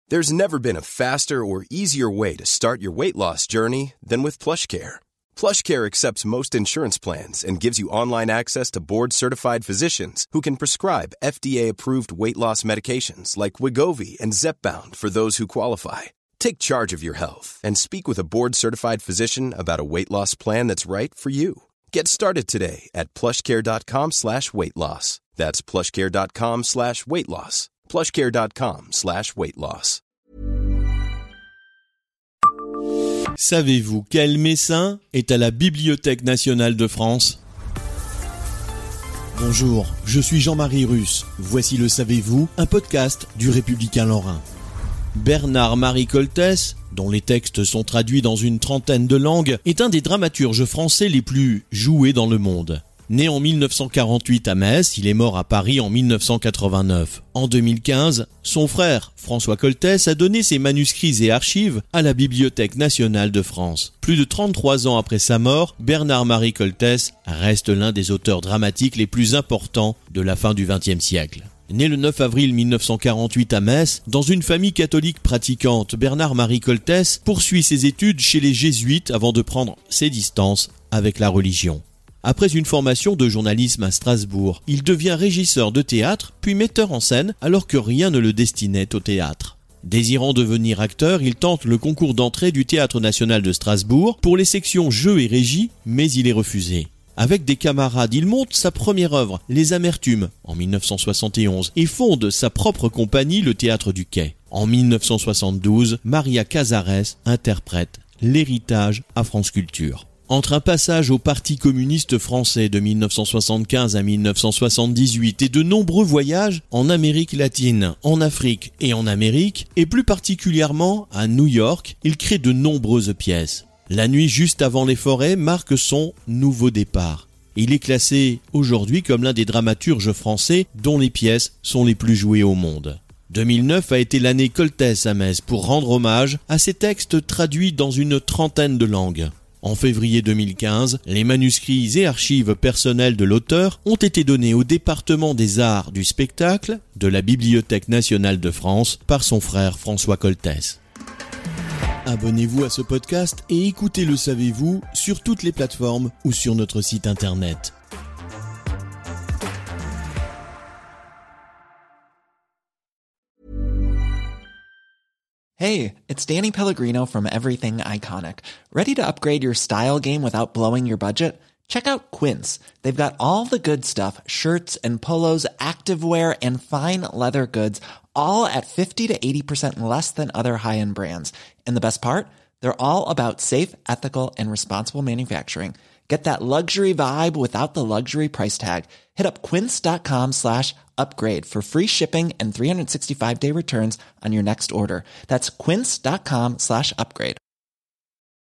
There's never been a faster or easier way to start your weight loss journey than with PlushCare. PlushCare accepts most insurance plans and gives you online access to board-certified physicians who can prescribe FDA-approved weight loss medications like Wegovy and Zepbound for those who qualify. Take charge of your health and speak with a board-certified physician about a weight loss plan that's right for you. Get started today at plushcare.com/weight loss. That's plushcare.com/weight loss. plushcare.com/weight loss. Savez-vous quel Messin est à la Bibliothèque nationale de France ? Bonjour, je suis Jean-Marie Russe. Voici le Savez-vous, un podcast du Républicain Lorrain. Bernard-Marie Coltès, dont les textes sont traduits dans une trentaine de langues, est un des dramaturges français les plus joués dans le monde. Né en 1948 à Metz, il est mort à Paris en 1989. En 2015, son frère, François Coltès, a donné ses manuscrits et archives à la Bibliothèque nationale de France. Plus de 33 ans après sa mort, Bernard-Marie Coltès reste l'un des auteurs dramatiques les plus importants de la fin du XXe siècle. Né le 9 avril 1948 à Metz, dans une famille catholique pratiquante, Bernard-Marie Coltès poursuit ses études chez les jésuites avant de prendre ses distances avec la religion. Après une formation de journalisme à Strasbourg, il devient régisseur de théâtre, puis metteur en scène, alors que rien ne le destinait au théâtre. Désirant devenir acteur, il tente le concours d'entrée du Théâtre national de Strasbourg pour les sections jeux et régie, mais il est refusé. Avec des camarades, il monte sa première œuvre, Les Amertumes, en 1971, et fonde sa propre compagnie, le Théâtre du Quai. En 1972, Maria Casares interprète L'Héritage à France Culture. Entre un passage au Parti communiste français de 1975 à 1978 et de nombreux voyages en Amérique latine, en Afrique et en Amérique, et plus particulièrement à New York, il crée de nombreuses pièces. La nuit juste avant les forêts marque son nouveau départ. Il est classé aujourd'hui comme l'un des dramaturges français dont les pièces sont les plus jouées au monde. 2009 a été l'année Coltès à Metz pour rendre hommage à ses textes traduits dans une trentaine de langues. En février 2015, les manuscrits et archives personnelles de l'auteur ont été donnés au département des arts du spectacle de la Bibliothèque nationale de France par son frère François Coltès. Abonnez-vous à ce podcast et écoutez Le Savez-vous sur toutes les plateformes ou sur notre site internet. Hey, it's Danny Pellegrino from Everything Iconic. Ready to upgrade your style game without blowing your budget? Check out Quince. They've got all the good stuff, shirts and polos, activewear, and fine leather goods, all at 50 to 80% less than other high-end brands. And the best part? They're all about safe, ethical, and responsible manufacturing. Get that luxury vibe without the luxury price tag. Hit up quince.com/upgrade for free shipping and 365-day returns on your next order. That's quince.com/upgrade.